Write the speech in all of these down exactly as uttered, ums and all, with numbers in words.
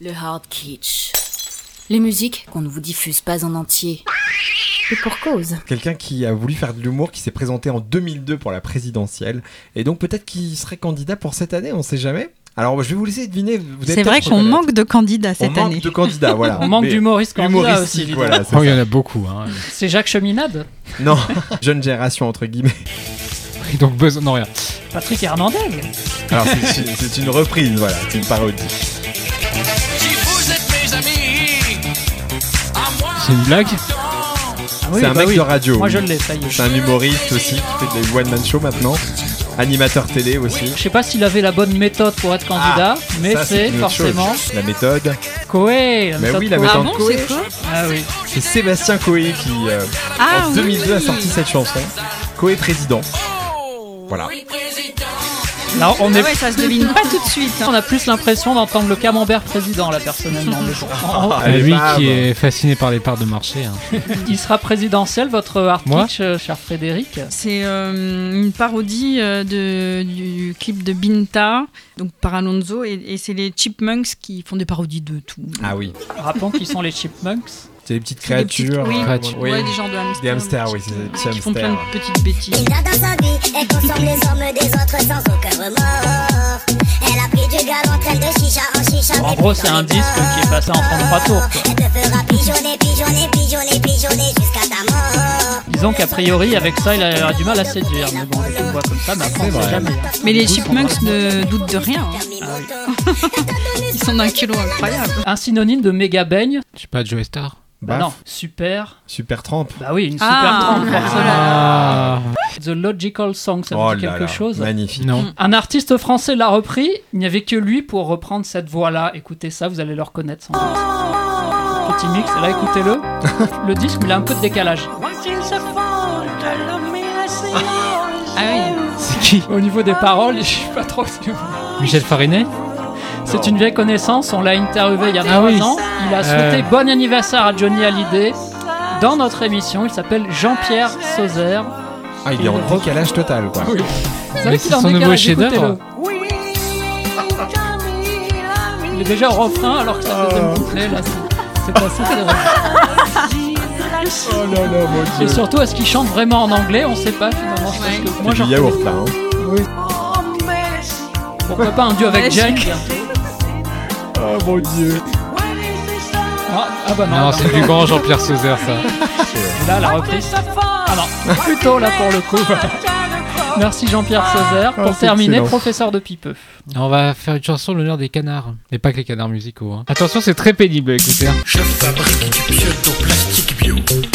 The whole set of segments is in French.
Le hard kitsch. Les musiques qu'on ne vous diffuse pas en entier. Et pour cause. Quelqu'un qui a voulu faire de l'humour, qui s'est présenté en deux mille deux pour la présidentielle. Et donc peut-être qu'il serait candidat pour cette année, on ne sait jamais. Alors je vais vous laisser deviner. Vous c'est vrai qu'on manque de candidats cette on année. On manque de candidats, voilà. On manque d'humoristes candidats aussi. Voilà, oh, il y en a beaucoup. Hein. C'est Jacques Cheminade ? Non, jeune génération entre guillemets. Et donc besoin non rien. Patrick Hernandez. Alors c'est, c'est, c'est une reprise, voilà, c'est une parodie. C'est une blague ? Ah oui, c'est un bah mec oui. de radio. Moi je l'ai, ça y est. C'est un humoriste aussi qui fait des one-man show maintenant. Animateur télé aussi. Je sais pas s'il avait la bonne méthode pour être candidat, ah, mais ça, c'est, c'est forcément chose. La méthode. Coé. La Mais méthode oui, la Coé. méthode ah bon, Coé. C'est quoi Ah oui. C'est Sébastien Coé qui euh, ah, en deux mille deux oui. a sorti cette chanson. Coé président. Voilà. Là, on ah est... ouais, ça se devine pas tout de suite. Hein. On a plus l'impression d'entendre le camembert président là personnellement. Mais bon. Ah, lui qui est fasciné par les parts de marché. Hein. Il sera présidentiel votre art kitsch, euh, cher Frédéric. C'est euh, une parodie euh, de, du clip de Binta, donc par Alonso, et, et c'est les Chipmunks qui font des parodies de tout. Ah oui. Rappelons qu'ils sont les Chipmunks. C'est des petites c'est des créatures. petites, oui, créatures. ouais, Oui. des genres de hamsters. Des hamsters, oui, c'est des petits Qui font plein hamsters. de petites bêtises. Il a dans sa vie et consomme les hommes des autres sans aucun remords. Elle a pris du galon, tel de chicha en chicha. En gros, c'est un disque qui est passé en trente-trois tours. Quoi. Elle te fera pigeonner, pigeonner, pigeonner, pigeonner jusqu'à ta mort. Disons qu'a priori, avec ça, il a du mal à séduire. Mais bon, on le voit comme ça, mais après, on sait jamais. Mais les Chipmunks ne doutent de rien. Hein. Ah, oui. Ils sont d'un kilo incroyable. Un synonyme de méga baigne. Je sais pas, Joe Star. Bah Baf. non, super. Super trempe. Bah oui, une super Ah, trempe, forcément. Ah. The Logical Song, ça vous Oh dit là quelque là, chose ? magnifique. Non. Un artiste français l'a repris, il n'y avait que lui pour reprendre cette voix-là. Écoutez ça, vous allez le reconnaître sans doute. Petit mix, là écoutez-le. Le disque, il a un peu de décalage. Ah oui. C'est qui ? Au niveau des paroles, je sais pas trop si vous... Michel Farinet ? C'est une vieille connaissance, on l'a interviewé il y a Ah trois oui. ans. Il a souhaité Euh. bon anniversaire à Johnny Hallyday dans notre émission. Il s'appelle Jean-Pierre Sauzère. Ah, il est en décalage total, quoi. Oui. Vous Mais savez c'est qu'il est en son nouveau décalage, chef-d'œuvre. écoutez-le. Il est déjà au refrain alors que ça deuxième couplet là, c'est, c'est assez terrible. Oh là là, mon Et surtout, est-ce qu'il chante vraiment en anglais ? On sait pas finalement. Je pense Ouais. que Moi, moi, j'en du yaourt, là. Hein. Oui. Pourquoi pas un duo avec Ouais, Jake super. Oh mon dieu. ah, ah bah non. Non, non. c'est du grand Jean-Pierre Sauzère, ça. Là, la reprise. Ah non, plutôt là pour le coup. Merci Jean-Pierre Sauzère. Pour Oh, c'est terminer, excellent. professeur de Pipeux. On va faire une chanson en l'honneur des canards. Mais pas que les canards musicaux. Hein. Attention, c'est très pénible à écouter. Hein. Je fabrique du pseudo-plastique bio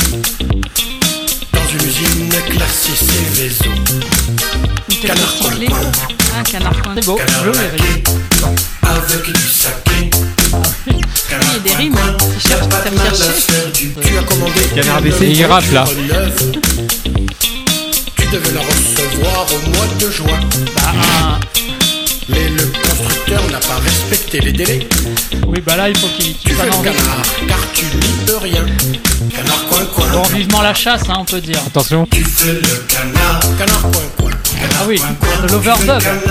dans une usine classée Céveso. Canard Recyclé. coin Ah, canard coin. C'est beau, canard je l'ai laqué avec du saké. Il y a des rimes. Tu cherches, Pas t'as de mal à cherché. faire du tu as commandé Canard une W C. Et il rappe là. neuve. Tu devais la recevoir au mois de juin. Ah, Mais le constructeur n'a pas respecté les délais. oui, bah là, il faut qu'il Tu qu'il fais soit le en canard car tu n'y peux rien. Canard coin coin. Bon, vivement la chasse, hein, on peut dire. Attention. Tu fais le canard. Canard coin coin. Ah oui, de l'overdub.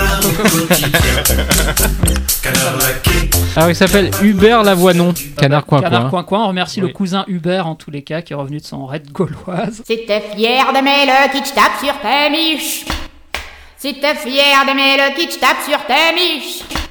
Canard laqué. Alors, il s'appelle Hubert Lavoinon. Canard coin Canard coin. coin coin, on remercie Oui. le cousin Hubert en tous les cas qui est revenu de son raid gauloise. Si t'es fier d'aimer le kitsch, tape sur tes miches. Si t'es fier d'aimer le kitsch, tape sur tes miches.